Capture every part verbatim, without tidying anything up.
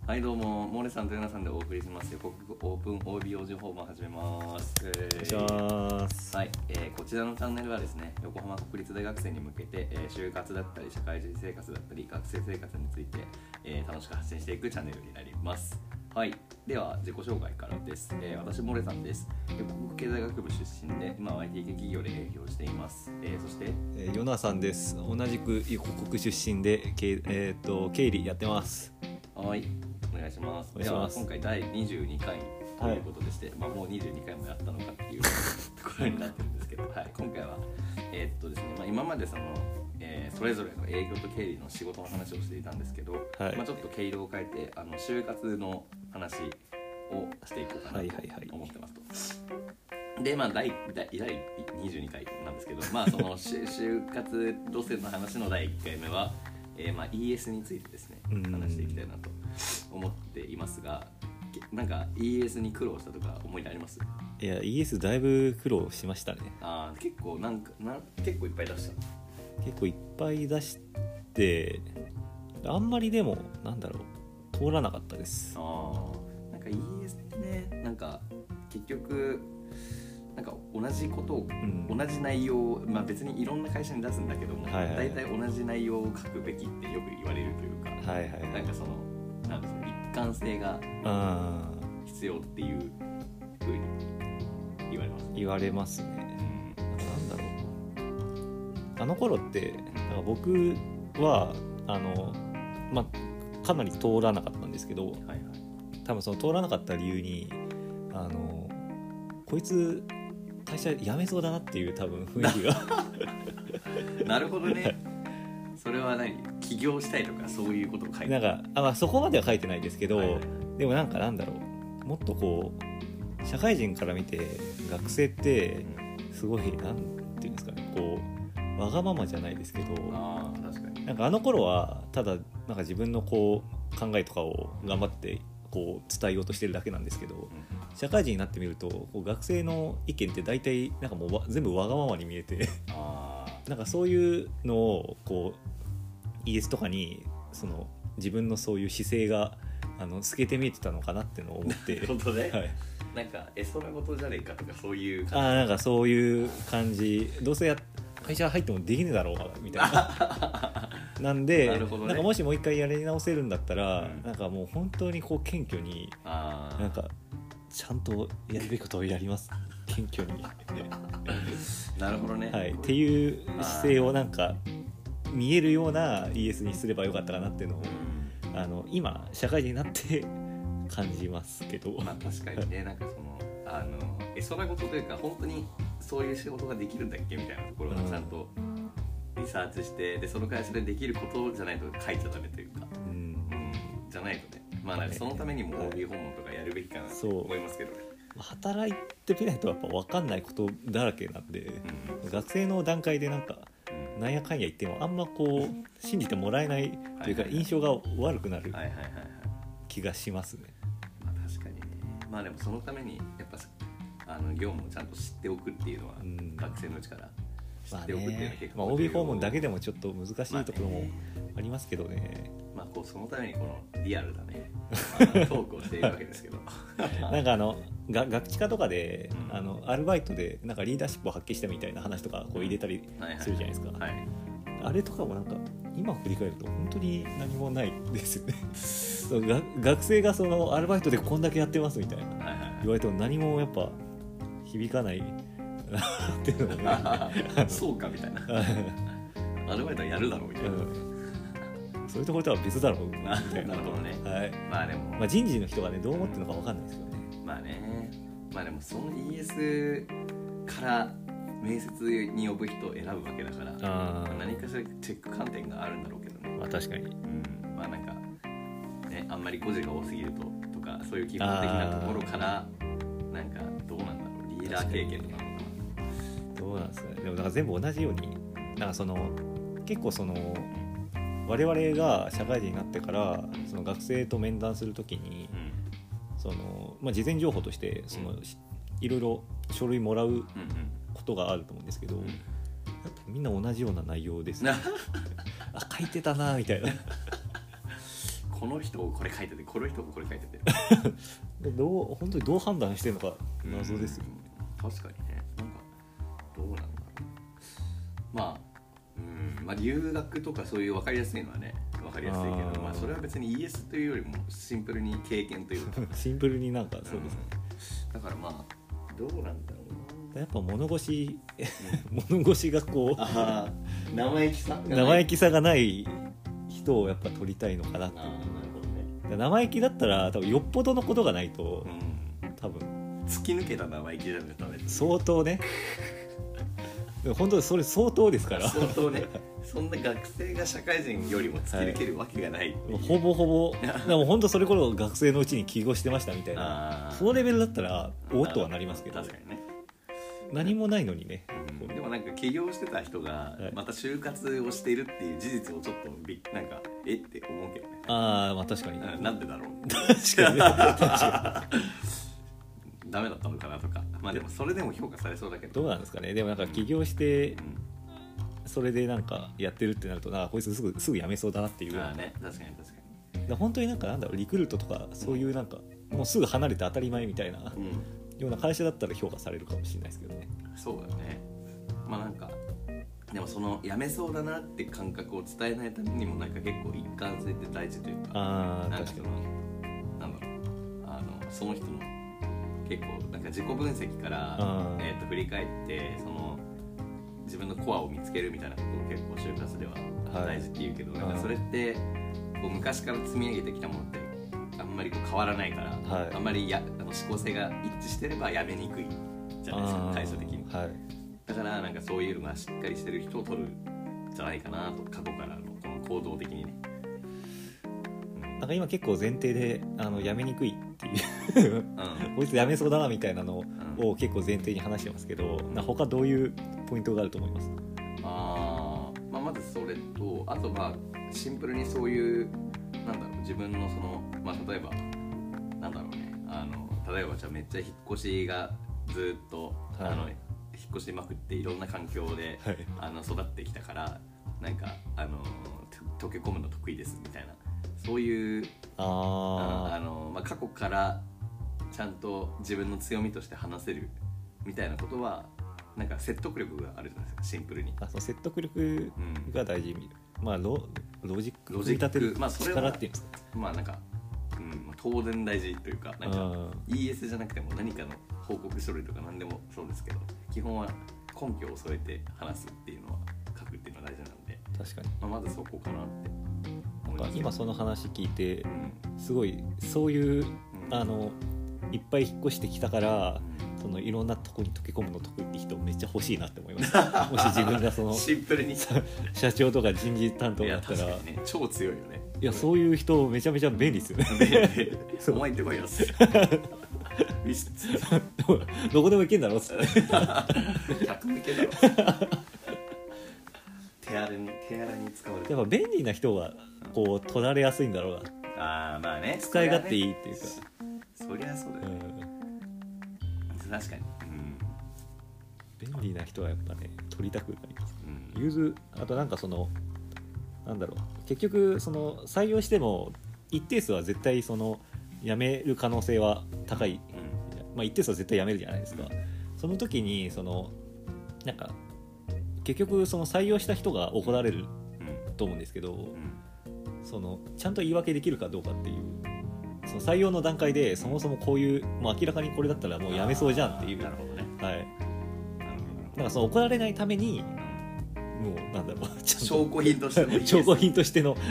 はいどうも、モーレさんとヨナさんでお送りします予告オープン オービーオー 情報版始めます。 お願いします。 はい、えー、こちらのチャンネルはですね、横浜国立大学生に向けて、えー、就活だったり社会人生活だったり学生生活について、えー、楽しく発信していくチャンネルになります。はい、では自己紹介からです。えー、私モーレさんです。横浜経済学部出身で今は アイティー 系企業で営業しています。えー、そして、 えー、ヨナさんです。同じく横国出身で、えー、と経理やってます。 はい、お願いします。 お願いします。 では今回だいにじゅうにかいということでして、はい、まあ、もうにじゅうにかいもやったのかっていうところになってるんですけど、はい、今回は、えーっとですねまあ、今までその、えー、それぞれの営業と経理の仕事の話をしていたんですけど、はい、まあ、ちょっと毛色を変えてあの就活の話をしていこうかなと思ってますと。でまあ第にじゅうにかいなんですけど、まあその就活路線の話のだいいっかいめは、えー、まあ イーエス についてですね話していきたいなと思っていますが、なんか イーエス に苦労したとか思い出あります？ いや イーエス だいぶ苦労しましたね。 ああ、結構なんかな結構いっぱい出した。 結構いっぱい出してあんまりでもなんだろう通らなかったです。 ああ、なんか イーエス ってね、なんか結局なんか同じことを、うん、同じ内容を、まあ、別にいろんな会社に出すんだけども、はいはいはい、大体同じ内容を書くべきってよく言われるというか、はいはいはい、なんかそのなんですか、一貫性が必要っていう風に言われます。 言われますね。なんだろう、あの頃ってなんか僕はあの、まあ、かなり通らなかったんですけど、はいはい、多分その通らなかった理由にあのこいつ会社辞めそうだなっていう多分雰囲気がなるほどね。それは何、起業したいとかそういうことを書いてる？ なんかあ、まあ、そこまでは書いてないですけど、はいはい、でもなんかなんだろう、もっとこう社会人から見て学生ってすごいなんていうんですかね、こうわがままじゃないですけど、 あ、確かになんかあの頃はただなんか自分のこう考えとかを頑張ってこう伝えようとしてるだけなんですけど、うん、社会人になってみるとこう学生の意見って大体なんかもう全部わがままに見えてあ、なんかそういうのをこう イーエス とかにその自分のそういう姿勢があの透けて見えてたのかなってのを思って本当ね、はい、なんかえそら事じゃねえかとかそういう感じ、 あ、なんかそういう感じ、どうせや会社入ってもできねえだろうみたいななんでなるほど、ね、なんかもしもう一回やり直せるんだったら、うん、なんかもう本当にこう謙虚に、あ、なんかちゃんとやるべきことをやります謙虚になるほどね、 はい、っていう姿勢をなんか見えるような イーエス にすればよかったかなっていうのを、うん、あの今社会人になって感じますけど、 まあ確かにね、なんかそのあのえそら事というか本当にそういう仕事ができるんだっけみたいなところをちゃんとリサーチして、でその会社でできることじゃないと書いちゃダメというか、うんうん、じゃないとね、まあなんかそのためにも オービー 訪問とかやるべきかなと思いますけどね。 働いてみないとやっぱ分かんないことだらけなんで、うん、学生の段階でなんかなんやかんや言ってもあんまこう信じてもらえないというか印象が悪くなる気がしますね。 まあ確かにね。まあでもそのためにやっぱあの業務をちゃんと知っておくっていうのは、うん、学生のうちから知っておくっていうのは結構、 まあね、まあ、オービー 訪問だけでもちょっと難しいところもありますけどね。 まあこうそのためにこのリアルだねトークをしているわけですけどなんかあのが学知科とかで、うん、あのアルバイトでなんかリーダーシップを発揮したみたいな話とかこう入れたりするじゃないですか、はいはいはい、あれとかもなんか今振り返ると本当に何もないですよねそうが学生がそのアルバイトでこんだけやってますみたいな、はいはいはい、言われても何もやっぱ響かないっていうのもねそうかみたいなアルバイトはやるだろうみたいな、うん、 そういうところとは別だろうみたいな。 なるほどね、はい、まあでも、 まあ、人事の人がねどう思ってるのか分かんないですけどね。 まあね、まあでもその イーエス から面接に呼ぶ人を選ぶわけだから、あ、まあ、何かしらチェック観点があるんだろうけどね。 まあ確かに、 うん、まあなんかね、あんまり誤字が多すぎるととかそういう基本的なところからなんかどうなんだろう、リーダー経験とかなのかな。 どうなんですかね。でもだから全部同じようになんかその結構その我々が社会人になってからその学生と面談するときに、うん、そのまあ、事前情報としてその、うん、いろいろ書類もらうことがあると思うんですけど、うんうん、やっぱみんな同じような内容ですねあ、書いてたなみたいなこの人これ書いててこの人これ書いててどう本当にどう判断してるのか謎ですよ、 うん、確かにね。なんかどうなんだろう。まあうんまあ留学とかそういう分かりやすいのはね分かりやすいけど、まあそれは別に イーエス というよりもシンプルに経験というかシンプルになんかそうですね、 うん、だからまあどうなんだろうな。 やっぱ物腰、うん、物腰がこうあ生意気さ生意気さがない人をやっぱ取りたいのかなっていう。あ、なるほどね。生意気だったら多分よっぽどのことがないと、うん、多分突き抜けた生意気じゃないとダメ。 相当ね本当にそれ相当ですから相当ね。そんな学生が社会人よりも突き抜けるわけがない、はい、 ほぼほぼでも本当それ頃学生のうちに起業してましたみたいなそのレベルだったらおっとはなりますけど、 確かにね。 何もないのにね、 うん、でもなんか起業してた人がまた就活をしているっていう事実をちょっとびなんかえって思うけどね。 ああまあ確かに、 なんでだろう確かにね確かにダメだったのかなとか。まあでもそれでも評価されそうだけどどうなんですかね。でもなんか起業して、うん、それでなんかやってるってなるとなんかこいつすぐすぐ辞めそうだなっていう。 ああね、確かに確かに。 だ本当になんかなんだろうリクルートとかそういうなんか、うん、もうすぐ離れて当たり前みたいな、うんような会社だったら評価されるかもしれないですけどね。 そうだね。まあなんかでもその辞めそうだなって感覚を伝えないためにもなんか結構一貫性って大事というか、 ああ確かになんだろうあのその人の結構なんか自己分析から、えー、と振り返ってその自分のコアを見つけるみたいなことを結構就活では大事って言うけど、はい、なんかそれってこう昔から積み上げてきたものってあんまりこう変わらないから、はい、あんまりやあの思考性が一致してればやめにくいじゃないですか対処的に、はい、だからなんかそういうのがしっかりしてる人を取るんじゃないかなと過去からのこの行動的にね、 うん、なんか今結構前提であのやめにくいっていう、うん、こいつやめそうだなみたいなのを結構前提に話してますけど、うん、な他どういうポイントがあると思います？ あ、まあ、まずそれとあとまあシンプルにそういうなんだろう自分のその、まあ、例えばなんだろうねあの例えばじゃあめっちゃ引っ越しがずっと、はい、あの引っ越しまくっていろんな環境で、はい、あの育ってきたからなんかあの溶け込むの得意ですみたいなそういうああの、まあ、過去からちゃんと自分の強みとして話せるみたいなことはなんか説得力があるじゃないですかシンプルに。 あそう説得力が大事、うん、まあロロジックロジックまあそれは力っていうんですか。 まあなんか、うん、当然大事というかなんか イーエス じゃなくても何かの報告書類とか何でもそうですけど基本は根拠を添えて話すっていうのは書くっていうのは大事なので確かに、 まあ、まずそこかなって思います。 今その話聞いて、うん、すごいそういう、うん、あのいっぱい引っ越してきたから、うん、そのいろんなとこに溶け込むの得意って人めっちゃ欲しいなって思いますもし自分がそのシンプルに社長とか人事担当だったらいや確かにね超強いよね。 いやそういう人めちゃめちゃ便利ですよねお前んとこよしど, どこでも行けんだろっつってひゃくも行けんだろ手荒に手荒に使われてやっぱ便利な人はこう取られやすいんだろうな。あーまあね使い勝手いいっていうかそりゃそうだよね、うん、確かに、 うん、便利な人はやっぱね取りたくなります、うん、融通あとなんかそのなんだろう結局その採用しても一定数は絶対その辞める可能性は高い、うんまあ、一定数は絶対辞めるじゃないですか、うん、その時にそのなんか結局その採用した人が怒られると思うんですけど、うん、そのちゃんと言い訳できるかどうかっていうその採用の段階でそもそもこういうもう明らかにこれだったらもう辞めそうじゃんっていう。 なるほどね、 はい、なんかその怒られないためにもうなんだろう証拠品としての証拠品としての、はい、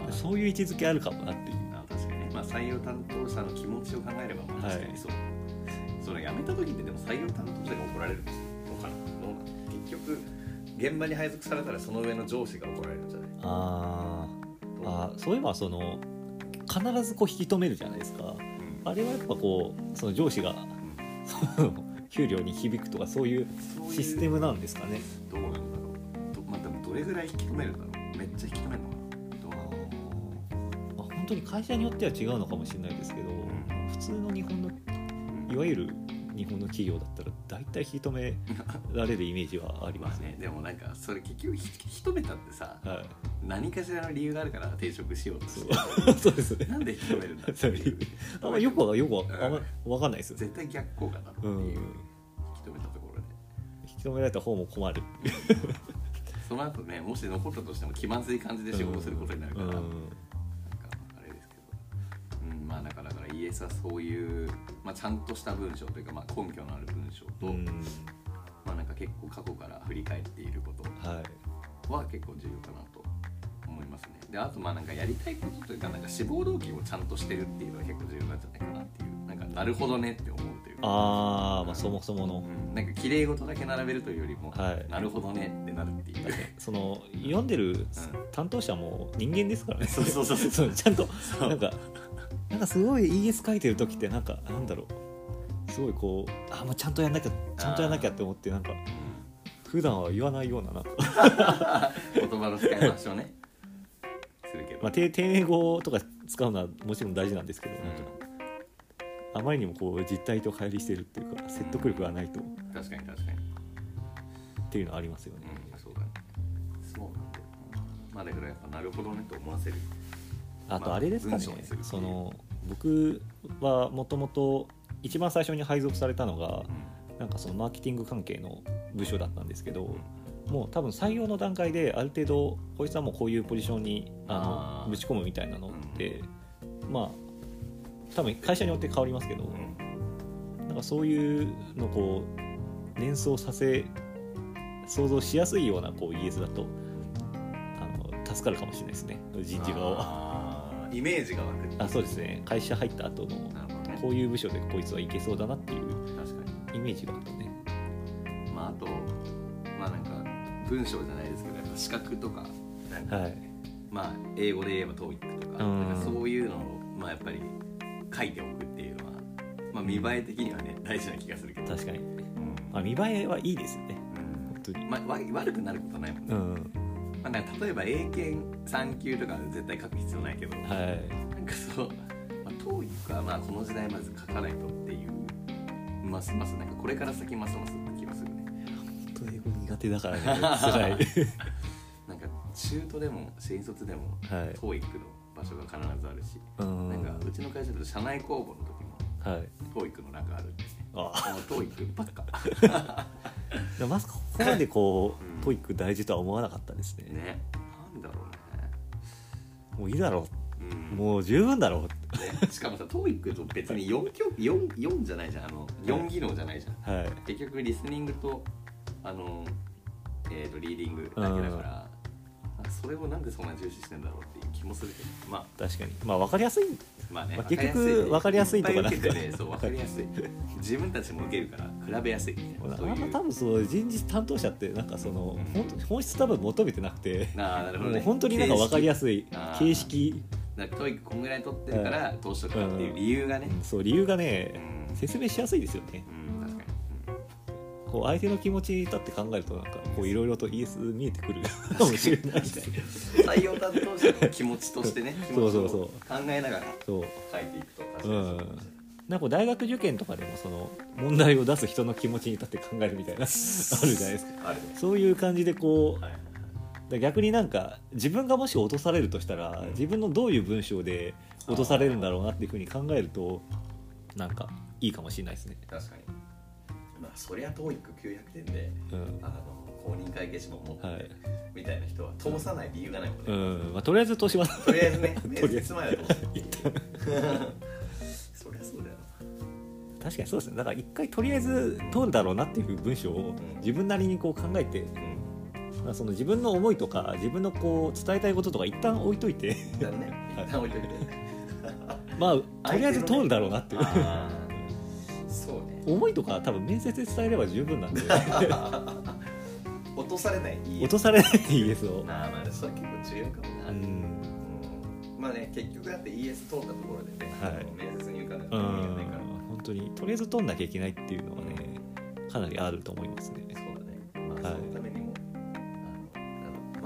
そういう位置づけあるかもなっていう。 あ確かに、まあ、採用担当者の気持ちを考えればまあ確かにそう、はい、その辞めた時ってでも採用担当者が怒られるのかな。どうなの結局現場に配属されたらその上の上司が怒られるんじゃない。 ああそういえばその必ずこう引き止めるじゃないですか、うん、あれはやっぱこうその上司が、うん、給料に響くとかそういうシステムなんですかね。 どうなんだろうど、まあ、でもどれぐらい引き止めるんだろう。めっちゃ引き止めるのかな。どうなんだろう、 まあ、本当に会社によっては違うのかもしれないですけど、うん、普通の日本のいわゆる日本の企業だったら大体引き止められるイメージはありますね。 まあね、でもなんかそれ結局引き止めたってさ、はい、何かしらの理由があるから転職しようとしてそうそうですね。 なんで引き止めるんだっていうあんまよくはよくは分かんないですよ。 絶対逆効果だろうっていう、うん、引き止めたところで引き止められた方も困るその後ね、もし残ったとしても気まずい感じで仕事することになるから、うん、なんかあれですけど、うん、まあだからだから イーエス はそういう、まあ、ちゃんとした文章というか、まあ、根拠のある文章と、うん、まあなんか結構過去から振り返っていることは結構重要かなと思いますね。で、あとまあなんかやりたいことというか、なんか志望動機をちゃんとしてるっていうのは結構重要なんじゃないかなっていう、なんかなるほどねって思うというか、 ああ、まあそもそもの、 うん、なんか綺麗事だけ並べるというよりも、はい、なるほどねってなるっていう、 その読んでる担当者も人間ですからね、 そうそうそうそうちゃんとなんかなんかすごい イーエス 書いてる時ってなんかなんだろう、すごいこうあもうちゃんとやんなきゃちゃんとやんなきゃって思ってなんか普段は言わないようななんか言葉の使い回しをねするけど、 まあ、丁寧語とか使うのはもちろん大事なんですけど、うん、なんかあまりにもこう実態と乖離してるっていうか説得力がないと、うん、 確かに確かにっていうのはありますよね、 うん、そうだね、そうなんだよ、まあだからやっぱなるほどねと思わせる。 あとあれですかね、まあ、その僕はもともと一番最初に配属されたのが、うん、なんかそのマーケティング関係の部署だったんですけど、うん、もう多分採用の段階である程度こいつはもうこういうポジションにあのぶち込むみたいなのって、うん、まあ多分会社によって変わりますけど、うん、なんかそういうのをこう連想させ想像しやすいようなこう イーエス だとあの助かるかもしれないですね、人事側は。 イメージが湧く。 あ、そうですね、会社入った後のこういう部署でこいつはいけそうだなっていうイメージがあったね。 まああとまあなんか文章じゃないですけどやっぱ資格とかなんか、はい、まあ英語で言えば トーイック とか、なんかそういうのをまあやっぱり書いておくっていうのは、まあ、見栄え的にはね大事な気がするけど、 確かに、うん、まあ、見栄えはいいですよね、うん、本当に、 まあ、悪くなることはないもんね、うん、まあ、なんか例えば英検さん級とか絶対書く必要ないけど、はい、なんかそう、まあ、トーイック はまあこの時代まず書かないとっていう、ますますなんかこれから先ますますって気がするね。 本当英語苦手だからね辛いなんか中途でも新卒でも、はい、トーイック の場所が必ずあるし、うん、なんかうちの会社だと社内公募の時も、はい、トーイック の中あるんですね。ああ、トーイック ばっかまさかここまでこう、うん、トーイック 大事とは思わなかったですね。 ね、なんだろうね、 もういいだろう、うん、もう十分だろう、 ね、しかもさトーイック と別に 4, 4, 4じゃないじゃん、あのよん技能じゃないじゃん、はい、結局リスニングとあの、えー、とリーディングだけだから、うん、それをなんでそんな重視してんだろうっていう気もするけど、まあ確かに、まあ分かりやすい、 まあね、 まあ、結局分かりやすいとかなんか、 ね、そう分かりやすい自分たちも受けるから比べやすい、 あんま多分そう人事担当者ってなんかその、うん、本質多分求めてなくて、 あ、なるほどね、 もう本当になんか分かりやすい形式、 なんかトーイックこんぐらい取ってるからどうしとくかっていう理由がね、 うん、そう理由がね、うん、説明しやすいですよね、 うん、確かに、 うん、こう相手の気持ちに立って考えるとなんかこういろいろと イーエス 見えてくるかもしれない採用担当者の気持ちとしてね気持ちを考えながら書いていくと確かに、うん、 なんか大学受験とかでもその問題を出す人の気持ちに立って考えるみたいなあるじゃないですか。ある、そういう感じでこう、はい、逆になんか自分がもし落とされるとしたら、うん、自分のどういう文章で落とされるんだろうなっていうふうに考えるとなんかいいかもしれないですね。 確かに、まあ、そりゃ トーイックきゅうひゃくてんで、うん、あの公認会計士も持って、はい、みたいな人は通さない理由がないもんね、 うん、まあ、とりあえず通しますとりあえずね面接前は通すっていうそりゃそうだよな。 確かにそうですね。だから一回とりあえず通るだろうなっていう文章を自分なりにこう考えて、うん、その自分の思いとか自分のこう伝えたいこととか一旦置いといて一旦ね一旦置いといてまあとりあえず通るだろうなっていうそうね、 思いとか多分面接で伝えれば十分なんで落とされない イーエス落とされない イーエス をまあまあそれ結構重要かもな、うん、うん、まあね結局だって イーエス 通ったところでね、はい、面接に受かるって意味がないから本当にとりあえず通んなきゃいけないっていうのはねかなりあると思いますね。 そうだね、まあ、はい、そのためにもあのあの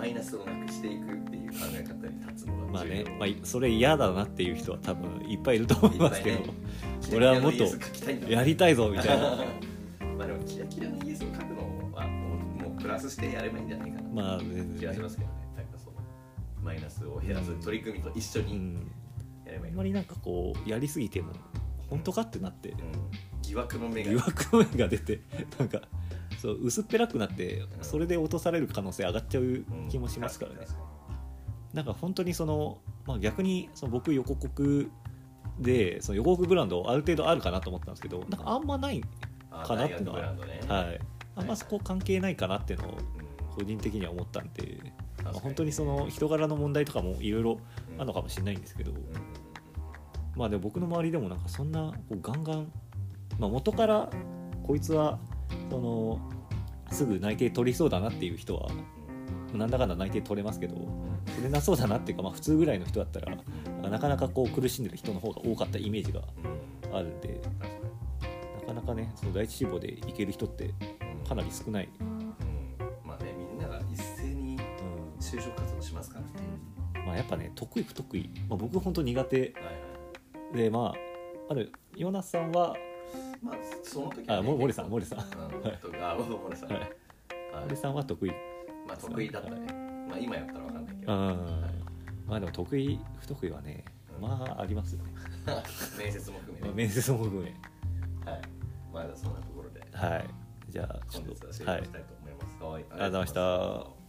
マイナスをなくしていくっていう考え方に立つのが重要。 まあね、まあ、それ嫌だなっていう人は多分いっぱいいると思いますけど、ね、俺はもっとやりたいぞみたいなまあでもキラキラのイエスを書くのはもう、もうプラスしてやればいいんじゃないかな、 まあ全然ね、 気がしますけどね。なんかそのマイナスを減らす取り組みと一緒にやればいい、うん、 あんまりなんかこうやりすぎても本当かってなって、うん、 疑惑の目が疑惑の目が出てなんかそう薄っぺらくなってそれで落とされる可能性上がっちゃう気もしますからね、うん、なんか本当にその、まあ、逆にその僕横国でその横国ブランドある程度あるかなと思ったんですけど、なんかあんまないかなっていうのは、ね、はい、あんまそこ関係ないかなっていうのを個人的には思ったんで、まあ、本当にその人柄の問題とかもいろいろあるのかもしれないんですけど、まあでも僕の周りでもなんかそんなこうガンガン、まあ、元からこいつはそのすぐ内定取りそうだなっていう人はなんだかんだ内定取れますけど、取れなそうだなっていうか、まあ、普通ぐらいの人だったらなかなかこう苦しんでる人の方が多かったイメージがあるんで、なかなかねその第一志望でいける人ってかなり少ない、うん、 まあね、みんなが一斉に就職活動しますからね、 うん、まあやっぱね得意不得意、まあ、僕本当苦手、はいはい、でまああるヨナスさんはまあその時は、ね、 あ森さん森さん、 うん、あ森さん、はい、 森さんは得意、 まあ得意だったね、まあ今やったら分かんないけど、 あ、はい、まあでも得意不得意はね、うん、まあありますよね面接も含め、ね、 面接も含め、 はい、まあそんなところで、 はい、じゃあ本日は終了したいと思います、はい、 ありがとうございました。